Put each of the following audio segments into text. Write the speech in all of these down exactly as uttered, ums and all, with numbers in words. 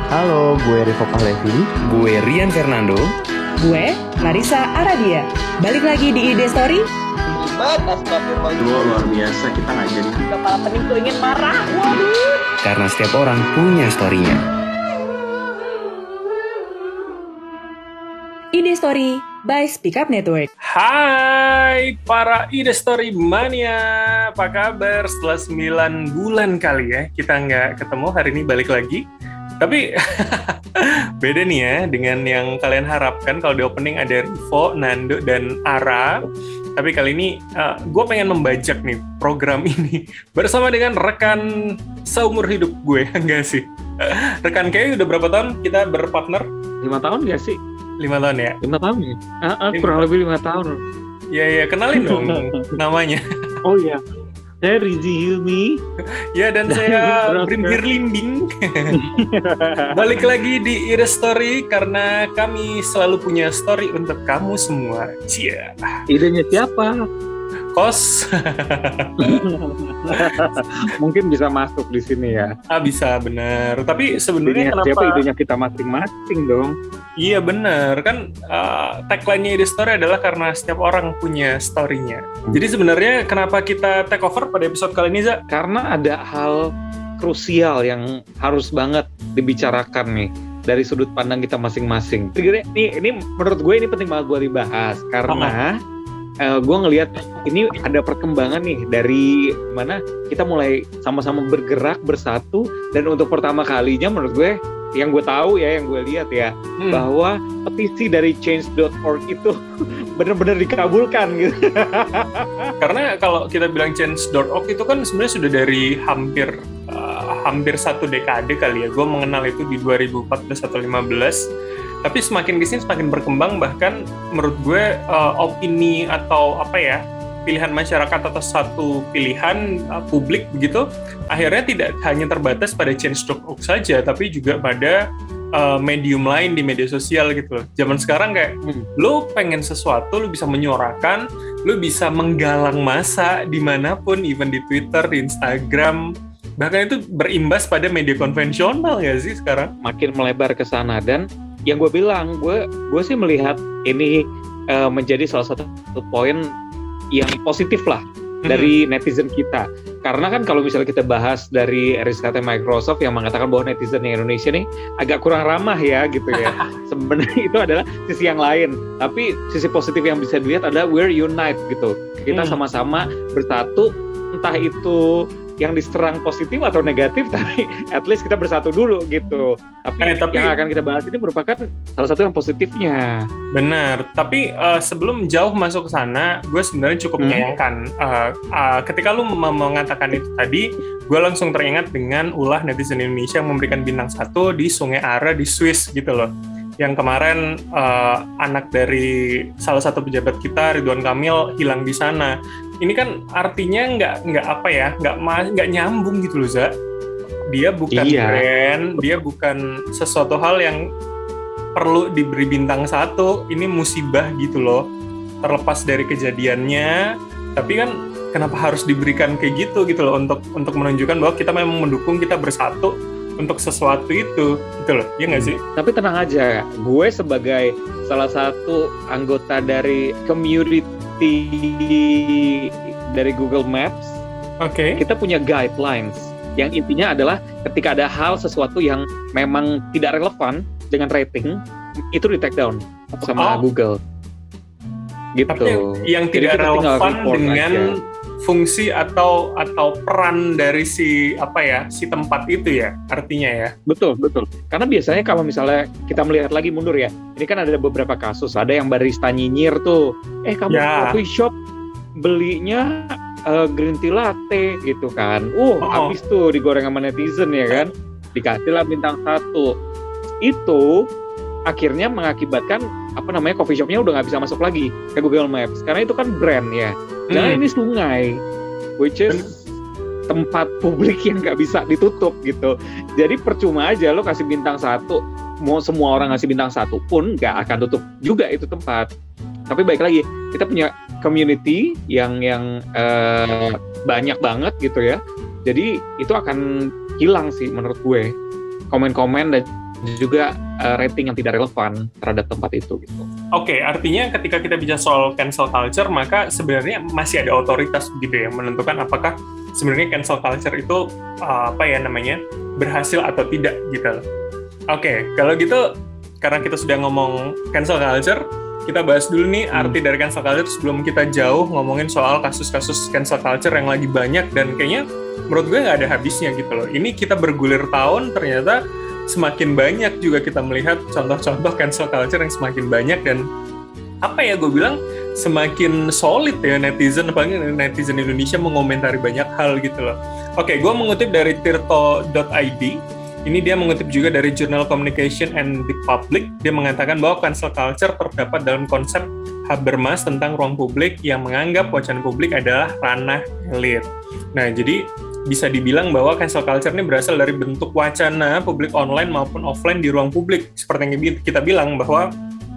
Halo, gue Rivo Pahlevi. Gue Rian Fernando. Gue Larissa Aradia. Balik lagi di Ide Story. Libat astagfirullah. Dua luar biasa, kita nggak jadi. Kepala pening tuh ingin marah. Waduh. Karena setiap orang punya story-nya. Ide Story by Speak Up Network. Hai para Ide Story Mania, apa kabar? Setelah sembilan bulan kali ya kita nggak ketemu, hari ini balik lagi. Tapi beda nih ya dengan yang kalian harapkan. Kalau di opening ada Rivo, Nando, dan Ara. Tapi kali ini uh, gue pengen membajak nih program ini bersama dengan rekan seumur hidup gue, enggak sih? Rekan kayaknya udah berapa tahun kita berpartner? Lima tahun nggak sih? Lima tahun ya? Lima tahun ya? Ah, ah, kurang lebih lima tahun. Ya ya, kenalin dong namanya. Oh iya, saya Rizzy Hilmi. Ya, dan saya Brimhir Limbing. Balik lagi di Ide Story karena kami selalu punya story untuk kamu semua. Cia. Idenya siapa? Kos. Mungkin bisa masuk di sini ya. Ah, bisa, bener. Tapi sebenarnya Idenya kenapa? siapa? Idenya kita masing-masing dong. Iya, bener. Kan uh, tagline-nya Ide Story adalah karena setiap orang punya story-nya. Jadi sebenarnya kenapa kita take over pada episode kali ini, Za? Karena ada hal krusial yang harus banget dibicarakan nih dari sudut pandang kita masing-masing. Jadi ini, ini menurut gue ini penting banget buat dibahas karena uh, gue ngelihat ini ada perkembangan nih dari mana kita mulai sama-sama bergerak bersatu, dan untuk pertama kalinya menurut gue yang gue tahu ya, yang gue lihat ya, hmm. bahwa petisi dari change dot org itu benar-benar dikabulkan gitu. Karena kalau kita bilang change dot org itu kan sebenarnya sudah dari hampir uh, hampir satu dekade kali ya. Gue mengenal itu di dua ribu empat belas atau lima belas. Tapi semakin kesini semakin berkembang, bahkan menurut gue uh, opini atau apa ya, pilihan masyarakat atas satu pilihan uh, publik begitu, akhirnya tidak hanya terbatas pada change dot org saja, tapi juga pada uh, medium lain di media sosial gitu loh. Zaman sekarang kayak hmm. lo pengen sesuatu, lo bisa menyuarakan, lo bisa menggalang massa dimanapun, even di Twitter, di Instagram, bahkan itu berimbas pada media konvensional ya sih sekarang. Makin melebar ke sana, dan yang gue bilang, gue gue sih melihat ini uh, menjadi salah satu poin yang positif lah mm-hmm. dari netizen kita. Karena kan kalau misalnya kita bahas dari risetnya Microsoft yang mengatakan bahwa netizen di Indonesia nih agak kurang ramah ya gitu ya. Sebenarnya itu adalah sisi yang lain. Tapi sisi positif yang bisa dilihat adalah we're unite gitu. Kita mm. sama-sama bersatu, entah itu yang diserang positif atau negatif, tapi at least kita bersatu dulu gitu. Tapi, eh, tapi yang akan kita bahas ini merupakan salah satu yang positifnya. Benar, tapi uh, sebelum jauh masuk ke sana, gue sebenarnya cukup hmm. menyayangkan. Uh, uh, ketika lu m- mengatakan itu tadi, gue langsung teringat dengan ulah netizen Indonesia yang memberikan bintang satu di Sungai Ara di Swiss gitu loh. Yang kemarin uh, anak dari salah satu pejabat kita, Ridwan Kamil, hilang di sana. Ini kan artinya nggak nggak apa ya, nggak nggak nyambung gitu loh, Za. Dia bukan iya. brand, dia bukan sesuatu hal yang perlu diberi bintang satu. Ini musibah gitu loh. Terlepas dari kejadiannya, tapi kan kenapa harus diberikan kayak gitu gitu loh, untuk untuk menunjukkan bahwa kita memang mendukung, kita bersatu untuk sesuatu itu, gitu loh, ya nggak sih? Tapi tenang aja, gue sebagai salah satu anggota dari community dari Google Maps, oke, okay. kita punya guidelines yang intinya adalah ketika ada hal sesuatu yang memang tidak relevan dengan rating, itu di take down sama oh. Google. Gitu. Tapi yang tidak relevan dengan aja. Fungsi atau atau peran dari si apa ya si tempat itu ya, artinya ya. Betul betul. Karena biasanya kalau misalnya kita melihat lagi mundur ya, ini kan ada beberapa kasus, ada yang barista nyinyir tuh, eh kamu ya. coffee shop belinya uh, green tea latte gitu kan, uh oh. habis tuh digoreng sama netizen ya kan, dikasihlah bintang satu. Itu akhirnya mengakibatkan apa namanya coffee shopnya udah nggak bisa masuk lagi ke Google Maps karena itu kan brand ya. Jangan hmm. ini sungai, which is tempat publik yang nggak bisa ditutup gitu. Jadi percuma aja lo kasih bintang satu, mau semua orang ngasih bintang satu pun nggak akan tutup juga itu tempat. Tapi baik lagi, kita punya community yang yang uh, banyak banget gitu ya. Jadi itu akan hilang sih menurut gue. Komen-komen dan juga uh, rating yang tidak relevan terhadap tempat itu gitu. Oke, okay, artinya ketika kita bicara soal cancel culture, maka sebenarnya masih ada otoritas gitu ya menentukan apakah sebenarnya cancel culture itu uh, apa ya namanya berhasil atau tidak gitu. Oke, okay, kalau gitu karena kita sudah ngomong cancel culture, kita bahas dulu nih arti dari cancel culture sebelum kita jauh ngomongin soal kasus-kasus cancel culture yang lagi banyak dan kayaknya menurut gue nggak ada habisnya gitu loh. Ini kita bergulir tahun, ternyata semakin banyak juga kita melihat contoh-contoh cancel culture yang semakin banyak dan apa ya gue bilang semakin solid ya netizen, apalagi netizen Indonesia mengomentari banyak hal gitu loh. Oke, gue mengutip dari tirto dot i d. Ini dia mengutip juga dari Journal Communication and the Public. Dia mengatakan bahwa cancel culture terdapat dalam konsep Habermas tentang ruang publik yang menganggap wacana publik adalah ranah elit. Nah, jadi bisa dibilang bahwa cancel culture ini berasal dari bentuk wacana publik online maupun offline di ruang publik. Seperti yang kita bilang bahwa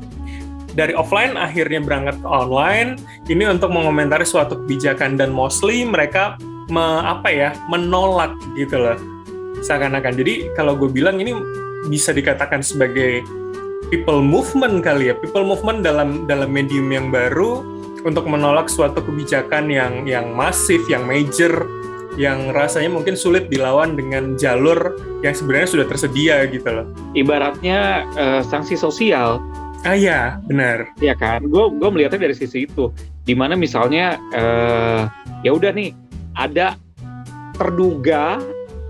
dari offline akhirnya berangkat ke online, ini untuk mengomentari suatu kebijakan dan mostly mereka me, apa ya, menolak gitu loh. Seakan-akan. Jadi kalau gue bilang ini bisa dikatakan sebagai people movement kali ya, people movement dalam dalam medium yang baru untuk menolak suatu kebijakan yang yang masif, yang major, yang rasanya mungkin sulit dilawan dengan jalur yang sebenarnya sudah tersedia gitu loh. Ibaratnya uh, sanksi sosial. Ah ya, benar. Ya kan, gue gue melihatnya dari sisi itu, dimana misalnya uh, ya udah nih ada terduga,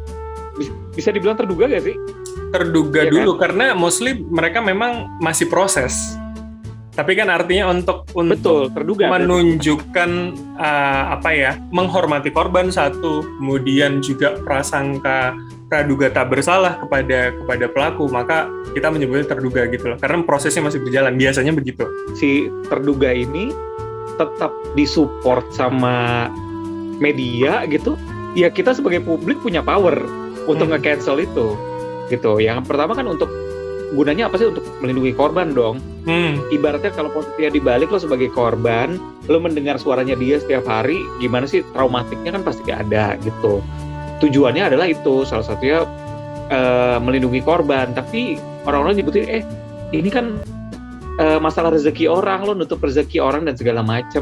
bisa dibilang terduga gak sih? Terduga ya dulu kan? Karena mostly mereka memang masih proses. Tapi kan artinya untuk untuk Betul, terduga, menunjukkan uh, apa ya, menghormati korban satu, kemudian juga prasangka praduga tak bersalah kepada kepada pelaku, maka kita menyebutnya terduga gitu loh. Karena prosesnya masih berjalan, biasanya begitu. Si terduga ini tetap disupport sama media gitu. Ya kita sebagai publik punya power untuk hmm. nge-cancel itu gitu. Yang pertama kan untuk gunanya apa sih? Untuk melindungi korban dong. Hmm. Ibaratnya kalau posisinya dibalik, lo sebagai korban, lo mendengar suaranya dia setiap hari, gimana sih traumatiknya kan pasti gak ada gitu. Tujuannya adalah itu, salah satunya uh, melindungi korban. Tapi orang-orang nyebutin, eh ini kan uh, masalah rezeki orang, lo nutup rezeki orang dan segala macam.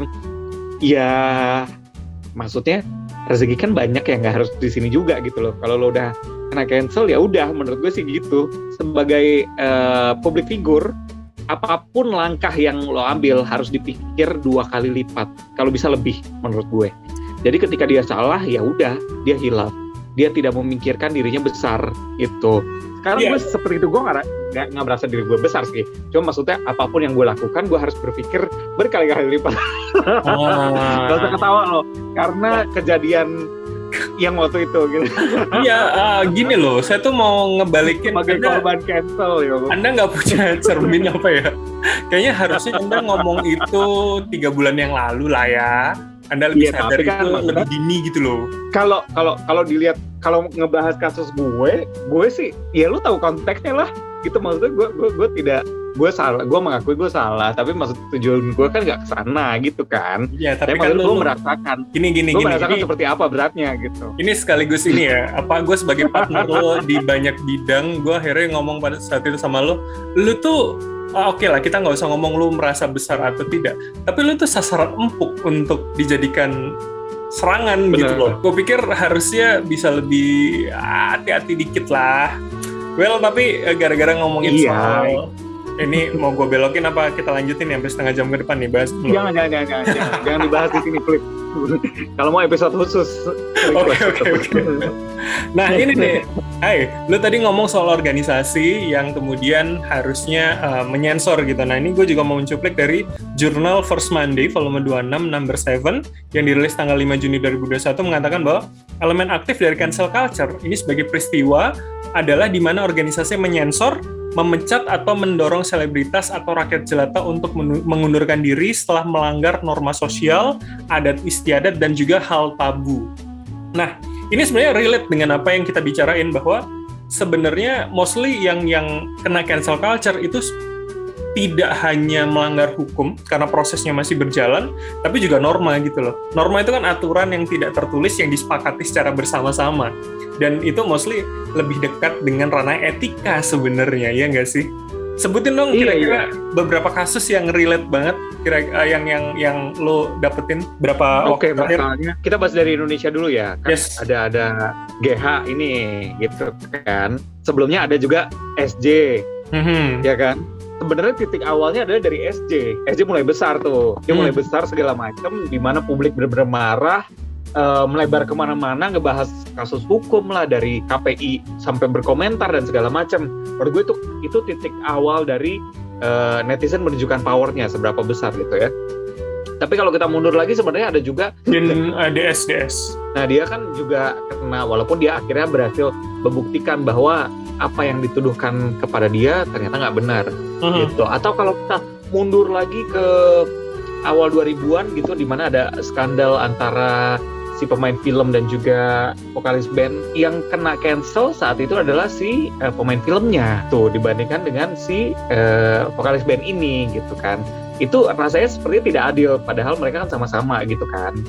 Ya maksudnya rezeki kan banyak yang nggak harus di sini juga gitu loh. Kalau lo udah kena cancel ya udah, menurut gue sih gitu. Sebagai uh, public figure, apapun langkah yang lo ambil harus dipikir dua kali lipat, kalau bisa lebih menurut gue. Jadi ketika dia salah ya udah, dia hilaf, dia tidak memikirkan dirinya besar gitu. Sekarang yeah. gue seperti itu, gue nggak nggak merasa diri gue besar sih. Cuma maksudnya apapun yang gue lakukan, gue harus berpikir berkali-kali lipat. Ah. Gak usah ketawa loh, karena kejadian yang waktu itu gitu. Iya, uh, gini loh, saya tuh mau ngebalikin sebagai anda, korban cancel ya. Anda nggak punya cermin apa ya? Kayaknya harusnya Anda ngomong itu tiga bulan yang lalu lah ya. Anda lebih ya, sadar kan, itu lebih dini gitu loh. Kalau kalau kalau dilihat, kalau ngebahas kasus gue, gue sih ya lu tahu konteksnya lah. Gitu maksudnya gue gue gue tidak gue salah, gue mengakui gue salah, tapi maksud tujuan gue kan nggak kesana gitu kan. Iya, tapi, tapi kan gue merasakan gini gini gue gini merasakan ini, seperti apa beratnya gitu. Ini sekaligus ini ya, apa gue sebagai partner lo di banyak bidang, gue akhirnya ngomong pada saat itu sama lo, lo tuh oh, oke okay lah, kita nggak usah ngomong lo merasa besar atau tidak, tapi lo tuh sasaran empuk untuk dijadikan serangan. Bener. Gitu loh. Gue pikir harusnya bisa lebih hati-hati dikit lah. Well, tapi gara-gara ngomongin iya. soal ini mau gue belokin apa kita lanjutin ya sampai setengah jam ke depan nih bahas dulu. Jangan jangan jangan jangan, jangan, jangan dibahas di sini, Flip. Kalau mau episode khusus. Oke oke oke. Nah ini nih, hai, lu tadi ngomong soal organisasi yang kemudian harusnya uh, menyensor gitu. Nah ini gue juga mau mencuplik dari Jurnal First Monday volume dua puluh enam number tujuh yang dirilis tanggal lima Juni dua ribu dua puluh satu mengatakan bahwa elemen aktif dari cancel culture ini sebagai peristiwa adalah di mana organisasi menyensor, memecat atau mendorong selebritas atau rakyat jelata untuk mengundurkan diri setelah melanggar norma sosial, adat istiadat, dan juga hal tabu. Nah, ini sebenarnya relate dengan apa yang kita bicarain, bahwa sebenarnya mostly yang yang kena cancel culture itu tidak hanya melanggar hukum karena prosesnya masih berjalan, tapi juga norma gitu loh. Norma itu kan aturan yang tidak tertulis yang disepakati secara bersama-sama. Dan itu mostly lebih dekat dengan ranah etika sebenarnya, ya nggak sih? Sebutin dong kira-kira iya, iya. beberapa kasus yang relate banget, kira yang yang yang lo dapetin berapa Oke, waktu terakhir? Misalnya kita bahas dari Indonesia dulu ya. Kan yes. ada ada G H ini gitu kan. Sebelumnya ada juga S J. Mm-hmm. Ya kan? Sebenarnya titik awalnya adalah dari S J. S J mulai besar tuh. Dia hmm. mulai besar segala macam di mana publik benar-benar marah. Uh, melebar kemana-mana ngebahas kasus hukum lah dari K P I sampai berkomentar dan segala macam. Menurut gue itu itu titik awal dari uh, netizen menunjukkan powernya seberapa besar gitu ya. Tapi kalau kita mundur lagi sebenarnya ada juga dan uh, D S D S. Nah dia kan juga kena, walaupun dia akhirnya berhasil membuktikan bahwa apa yang dituduhkan kepada dia ternyata nggak benar uh-huh. gitu. Atau kalau kita mundur lagi ke awal dua ribuan gitu, di mana ada skandal antara si pemain film dan juga vokalis band yang kena cancel saat itu adalah si uh, pemain filmnya tuh dibandingkan dengan si uh, vokalis band ini gitu kan. Itu rasanya seperti tidak adil padahal mereka kan sama-sama gitu kan.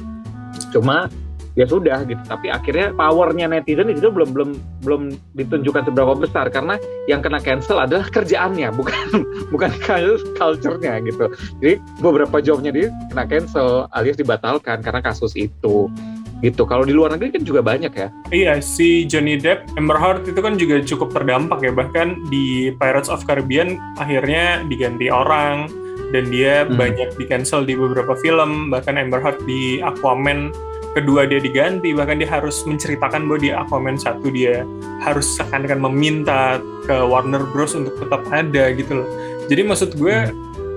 Cuma ya sudah gitu, tapi akhirnya powernya netizen itu belum belum belum ditunjukkan seberapa besar karena yang kena cancel adalah kerjaannya, bukan bukan culture-nya gitu. Jadi beberapa jobnya dia kena cancel alias dibatalkan karena kasus itu. Gitu. Kalau di luar negeri kan juga banyak ya. Iya, si Johnny Depp, Amber Heard itu kan juga cukup terdampak ya. Bahkan di Pirates of Caribbean akhirnya diganti orang dan dia hmm. banyak di-cancel di beberapa film. Bahkan Amber Heard di Aquaman kedua dia diganti. Bahkan dia harus menceritakan bahwa di Aquaman satu dia harus seakan-akan meminta ke Warner Bros untuk tetap ada gitu loh. Jadi maksud gue hmm.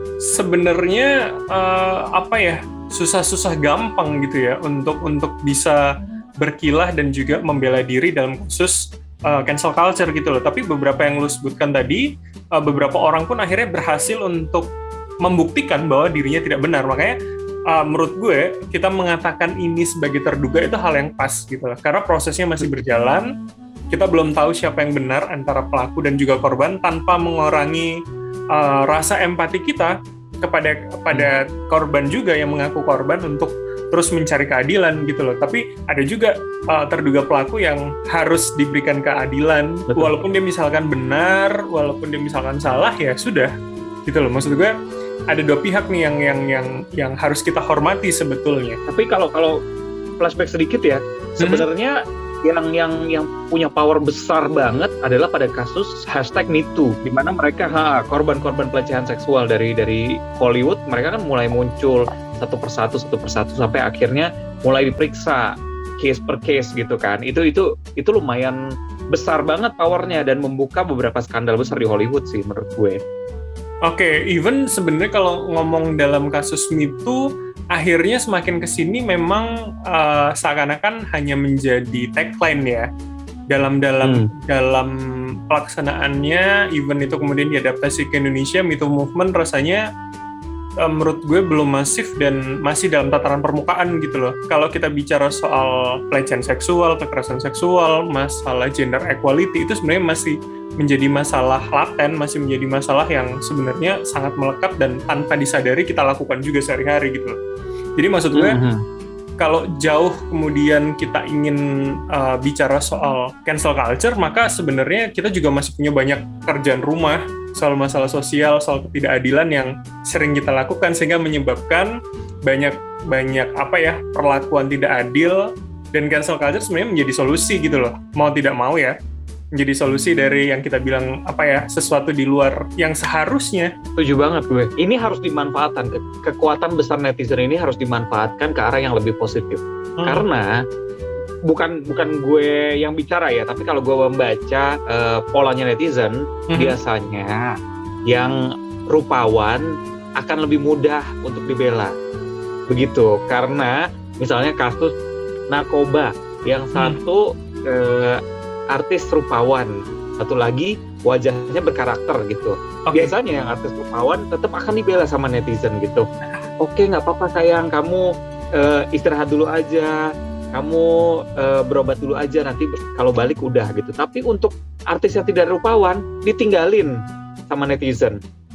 sebenarnya uh, apa ya? susah-susah gampang gitu ya untuk untuk bisa berkilah dan juga membela diri dalam khusus uh, cancel culture gitu loh. Tapi beberapa yang lu sebutkan tadi, uh, beberapa orang pun akhirnya berhasil untuk membuktikan bahwa dirinya tidak benar. Makanya uh, menurut gue kita mengatakan ini sebagai terduga itu hal yang pas gitu loh. Karena prosesnya masih berjalan, kita belum tahu siapa yang benar antara pelaku dan juga korban tanpa mengurangi uh, rasa empati kita kepada kepada korban juga yang mengaku korban untuk terus mencari keadilan gitu loh. Tapi ada juga uh, terduga pelaku yang harus diberikan keadilan. Betul. Walaupun dia misalkan benar, walaupun dia misalkan salah, ya sudah gitu loh. Maksud gue ada dua pihak nih yang yang yang yang harus kita hormati sebetulnya. Tapi kalau kalau flashback sedikit ya, sebenarnya hmm. yang yang yang punya power besar banget adalah pada kasus hashtag Me Too, di mana mereka ha, korban-korban pelecehan seksual dari dari Hollywood, mereka kan mulai muncul satu persatu satu persatu sampai akhirnya mulai diperiksa case per case gitu kan. Itu itu itu lumayan besar banget powernya dan membuka beberapa skandal besar di Hollywood sih menurut gue. Oke, okay, even sebenarnya kalau ngomong dalam kasus Me Too, akhirnya semakin kesini memang uh, seakan-akan hanya menjadi tagline ya dalam dalam hmm. dalam pelaksanaannya. Even itu kemudian diadaptasi ke Indonesia, Me Too movement rasanya uh, menurut gue belum masif dan masih dalam tataran permukaan gitu loh. Kalau kita bicara soal pelecehan seksual, kekerasan seksual, masalah gender equality itu sebenarnya masih menjadi masalah laten, masih menjadi masalah yang sebenarnya sangat melekat dan tanpa disadari kita lakukan juga sehari-hari gitu loh. Jadi maksud gue, mm-hmm. kalau jauh kemudian kita ingin uh, bicara soal cancel culture, maka sebenarnya kita juga masih punya banyak kerjaan rumah soal masalah sosial, soal ketidakadilan yang sering kita lakukan sehingga menyebabkan banyak banyak apa ya perlakuan tidak adil, dan cancel culture sebenarnya menjadi solusi gitu loh, mau tidak mau ya. Menjadi solusi dari yang kita bilang apa ya, sesuatu di luar yang seharusnya. Setuju banget gue. Ini harus dimanfaatkan. Kekuatan besar netizen ini harus dimanfaatkan ke arah yang lebih positif. Hmm. Karena bukan bukan gue yang bicara ya, tapi kalau gue membaca uh, polanya netizen, hmm. biasanya yang rupawan akan lebih mudah untuk dibela. Begitu. Karena misalnya kasus narkoba, yang satu hmm. uh, artis rupawan, satu lagi wajahnya berkarakter gitu. Okay. Biasanya yang artis rupawan tetap akan dibela sama netizen gitu. Oke, nggak apa-apa sayang, kamu uh, istirahat dulu aja, kamu uh, berobat dulu aja, nanti kalau balik udah gitu. Tapi untuk artis yang tidak rupawan ditinggalin sama netizen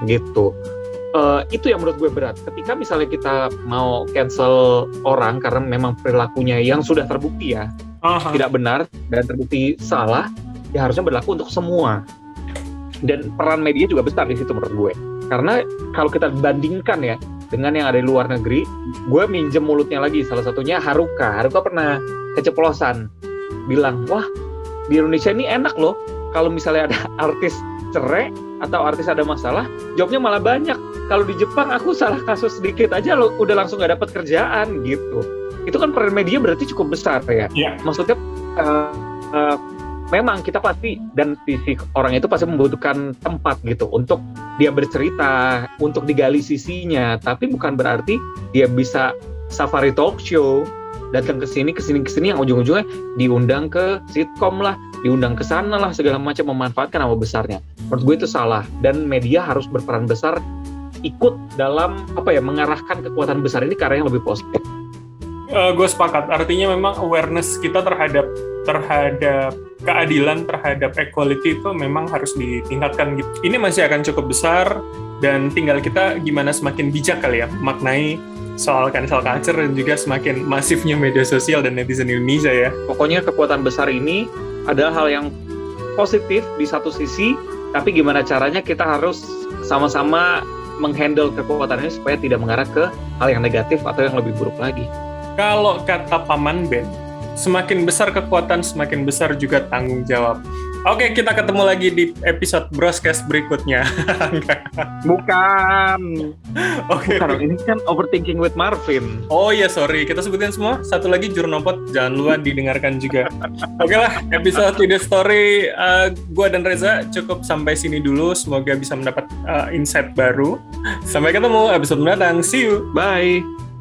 gitu. Uh, itu yang menurut gue berat. Ketika misalnya kita mau cancel orang karena memang perilakunya yang sudah terbukti ya uh-huh. tidak benar dan terbukti salah, ya harusnya berlaku untuk semua. Dan peran media juga besar di situ menurut gue. Karena kalau kita bandingkan ya dengan yang ada di luar negeri, gue minjem mulutnya lagi. Salah satunya Haruka. Haruka pernah keceplosan bilang, wah di Indonesia ini enak loh. Kalau misalnya ada artis cerai atau artis ada masalah, jobnya malah banyak. Kalau di Jepang aku salah kasus sedikit aja lo udah langsung gak dapat kerjaan gitu. Itu kan peran media berarti cukup besar ya. Yeah. Maksudnya uh, uh, memang kita pasti dan sisi orang itu pasti membutuhkan tempat gitu untuk dia bercerita, untuk digali sisinya. Tapi bukan berarti dia bisa safari talk show, datang ke sini ke sini ke sini yang ujung-ujungnya diundang ke sitkom lah, diundang ke sana lah, segala macam memanfaatkan nama besarnya. Menurut gue itu salah dan media harus berperan besar ikut dalam apa ya mengarahkan kekuatan besar ini ke arah yang lebih positif. Uh, gue sepakat. Artinya memang awareness kita terhadap terhadap keadilan, terhadap equality itu memang harus ditingkatkan gitu. Ini masih akan cukup besar dan tinggal kita gimana semakin bijak kali ya maknai soal cancel culture dan juga semakin masifnya media sosial dan netizen Indonesia ya. Pokoknya kekuatan besar ini adalah hal yang positif di satu sisi, tapi gimana caranya kita harus sama-sama menghandle kekuatan ini supaya tidak mengarah ke hal yang negatif atau yang lebih buruk lagi. Kalau kata Paman Ben, semakin besar kekuatan, semakin besar juga tanggung jawab. Oke, kita ketemu lagi di episode Broscast berikutnya. Bukan. Oke. Bukan, ini kan Overthinking with Marvin. Oh iya, sorry. Kita sebutin semua. Satu lagi Jurnopod, jangan lupa didengarkan juga. Oke lah, episode The Story uh, gua dan Reza cukup sampai sini dulu. Semoga bisa mendapat uh, insight baru. Sampai ketemu episode mendatang. See you. Bye.